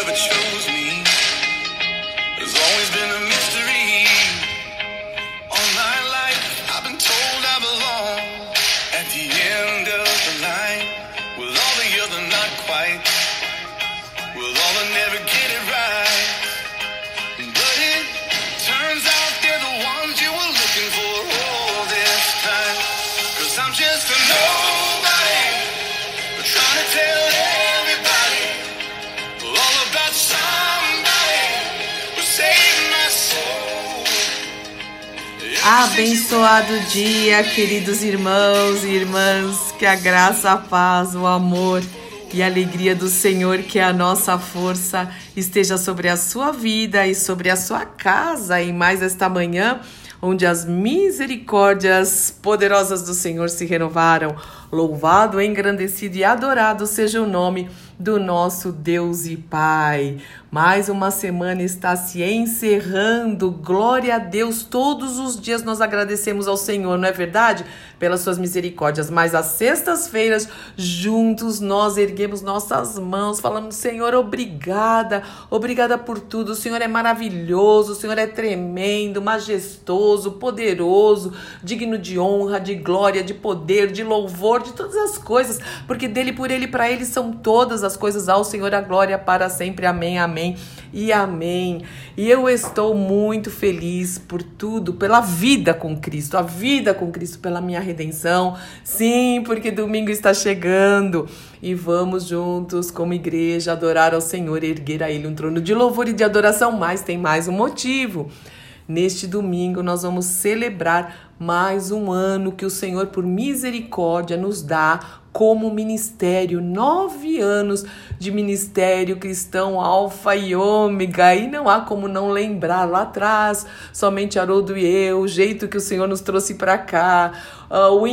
ever chose me has always been a mystery. All my life I've been told I belong at the end of the line, with all the other not quite, with all the never get it right. But it turns out they're the ones you were looking for all this time. 'Cause I'm just a nobody, trying to tell everybody all about somebody who saved my soul. Abençoado dia, queridos irmãos e irmãs, que a graça, a paz, o amor e a alegria do Senhor, que é a nossa força, esteja sobre a sua vida e sobre a sua casa, e mais esta manhã, onde as misericórdias poderosas do Senhor se renovaram. Louvado, engrandecido e adorado seja o nome do nosso Deus e Pai. Mais uma semana está se encerrando. Glória a Deus. Todos os dias nós agradecemos ao Senhor, não é verdade? Pelas suas misericórdias. Mas às sextas-feiras, juntos, nós erguemos nossas mãos, falando: Senhor, obrigada. Obrigada por tudo. O Senhor é maravilhoso. O Senhor é tremendo, majestoso, poderoso, digno de honra, de glória, de poder, de louvor, de todas as coisas, porque dele, por ele, para ele são todas as coisas. Ao Senhor a glória para sempre. Amém, amém e amém. E eu estou muito feliz por tudo, pela vida com Cristo, a vida com Cristo, pela minha redenção. Sim, porque domingo está chegando e vamos juntos como igreja adorar ao Senhor, erguer a Ele um trono de louvor e de adoração. Mas tem mais um motivo. Neste domingo nós vamos celebrar mais um ano que o Senhor, por misericórdia, nos dá como ministério. 9 anos de ministério cristão, alfa e ômega, e não há como não lembrar lá atrás, somente Haroldo e eu, o jeito que o Senhor nos trouxe para cá, o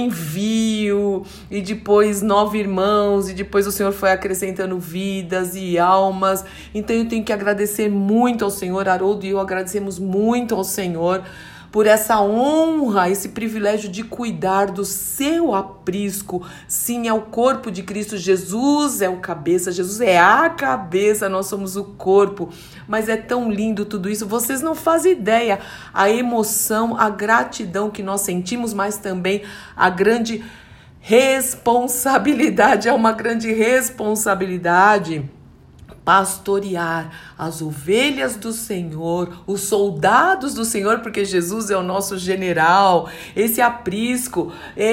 envio, e depois 9 irmãos, e depois o Senhor foi acrescentando vidas e almas. Então eu tenho que agradecer muito ao Senhor. Haroldo e eu agradecemos muito ao Senhor por essa honra, esse privilégio de cuidar do seu aprisco. Sim, é o corpo de Cristo. Jesus é o cabeça, Jesus é a cabeça, nós somos o corpo. Mas é tão lindo tudo isso, vocês não fazem ideia. A emoção, a gratidão que nós sentimos, mas também a grande responsabilidade. É uma grande responsabilidade pastorear as ovelhas do Senhor, os soldados do Senhor, porque Jesus é o nosso general, esse aprisco.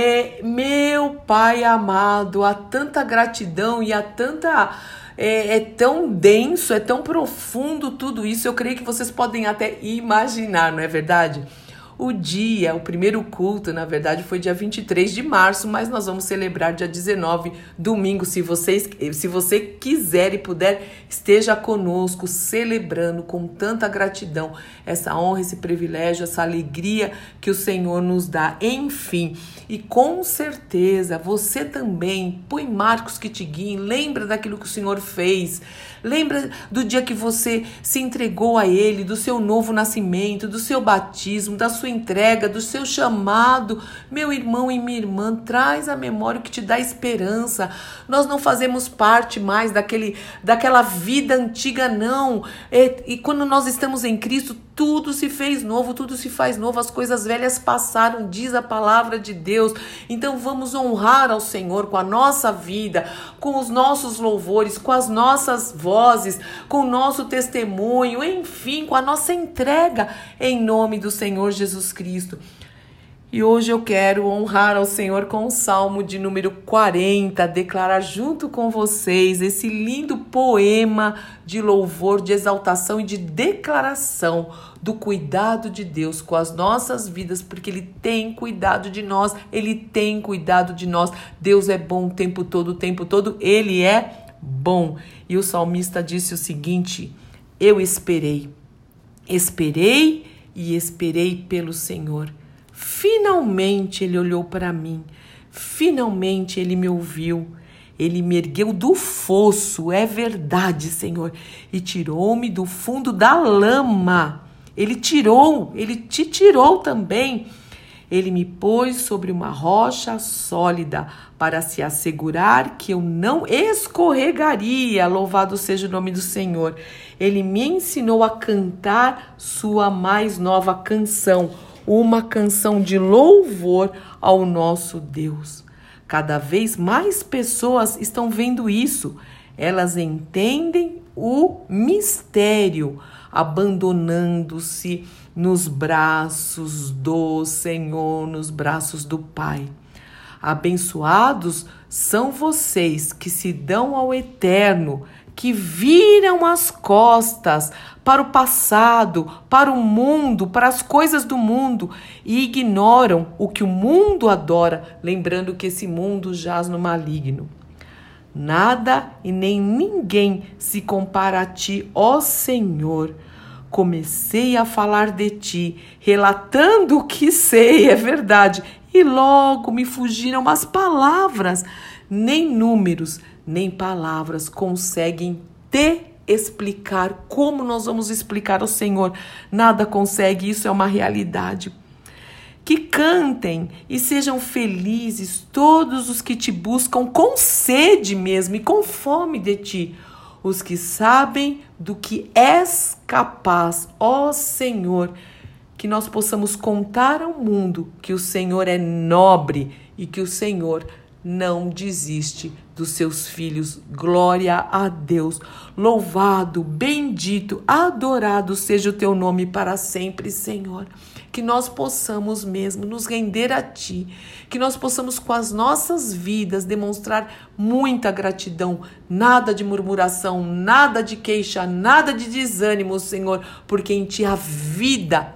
Meu Pai amado, há tanta gratidão e há tanta... É tão denso, é tão profundo tudo isso. Eu creio que vocês podem até imaginar, não é verdade? O primeiro culto, na verdade, foi dia 23 de março, mas nós vamos celebrar dia 19, domingo. Se você quiser e puder, esteja conosco, celebrando com tanta gratidão essa honra, esse privilégio, essa alegria que o Senhor nos dá. Enfim, e com certeza você também põe marcos que te guiem, lembra daquilo que o Senhor fez, lembra do dia que você se entregou a Ele, do seu novo nascimento, do seu batismo, da sua entrega, do seu chamado. Meu irmão e minha irmã, traz à memória o que te dá esperança. Nós não fazemos parte mais daquela vida antiga, não. E quando nós estamos em Cristo, tudo se fez novo, tudo se faz novo, as coisas velhas passaram, diz a palavra de Deus. Então vamos honrar ao Senhor com a nossa vida, com os nossos louvores, com as nossas vozes, com o nosso testemunho, enfim, com a nossa entrega, em nome do Senhor Jesus Cristo. E hoje eu quero honrar ao Senhor com o Salmo de número 40, declarar junto com vocês esse lindo poema de louvor, de exaltação e de declaração do cuidado de Deus com as nossas vidas, porque Ele tem cuidado de nós, Ele tem cuidado de nós. Deus é bom o tempo todo, Ele é bom. E o salmista disse o seguinte: eu esperei e esperei pelo Senhor. Finalmente Ele olhou para mim, finalmente Ele me ouviu. Ele me ergueu do fosso, é verdade, Senhor, e tirou-me do fundo da lama. Ele te tirou também. Ele me pôs sobre uma rocha sólida para se assegurar que eu não escorregaria. Louvado seja o nome do Senhor. Ele me ensinou a cantar sua mais nova canção, uma canção de louvor ao nosso Deus. Cada vez mais pessoas estão vendo isso. Elas entendem o mistério, abandonando-se nos braços do Senhor, nos braços do Pai. Abençoados são vocês que se dão ao eterno, que viram as costas para o passado, para o mundo, para as coisas do mundo e ignoram o que o mundo adora, lembrando que esse mundo jaz no maligno. Nada e nem ninguém se compara a ti, ó Senhor. Comecei a falar de ti, relatando o que sei, é verdade, e logo me fugiram as palavras. Nem números, nem palavras conseguem te explicar como nós vamos explicar ao Senhor. Nada consegue, isso é uma realidade. Que cantem e sejam felizes todos os que te buscam com sede mesmo e com fome de ti, os que sabem do que és capaz, ó Senhor, que nós possamos contar ao mundo que o Senhor é nobre e que o Senhor não desiste dos seus filhos. Glória a Deus. Louvado, bendito, adorado seja o teu nome para sempre, Senhor. Que nós possamos mesmo nos render a ti, que nós possamos com as nossas vidas demonstrar muita gratidão, nada de murmuração, nada de queixa, nada de desânimo, Senhor, porque em ti a vida,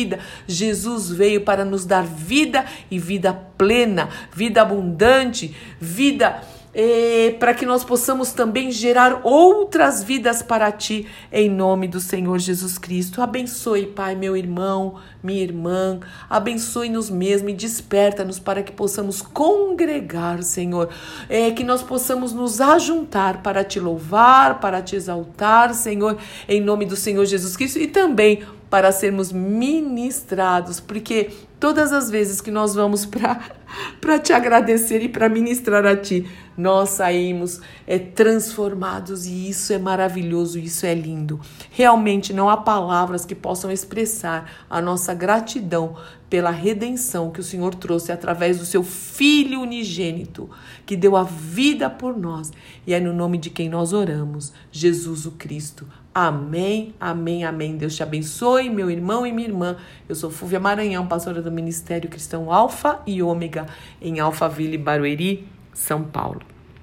Jesus veio para nos dar vida e vida plena, vida abundante, vida para que nós possamos também gerar outras vidas para ti, em nome do Senhor Jesus Cristo. Abençoe, Pai, meu irmão, minha irmã, abençoe-nos mesmo e desperta-nos para que possamos congregar, Senhor, que nós possamos nos ajuntar para te louvar, para te exaltar, Senhor, em nome do Senhor Jesus Cristo, e também para sermos ministrados, porque todas as vezes que nós vamos para te agradecer e para ministrar a ti, nós saímos transformados, e isso é maravilhoso, isso é lindo. Realmente não há palavras que possam expressar a nossa gratidão pela redenção que o Senhor trouxe através do seu Filho unigênito, que deu a vida por nós, e é no nome de quem nós oramos, Jesus o Cristo. Amém, amém, amém. Deus te abençoe, meu irmão e minha irmã. Eu sou Fúvia Maranhão, pastora do Ministério Cristão Alfa e Ômega, em Alphaville, Barueri, São Paulo.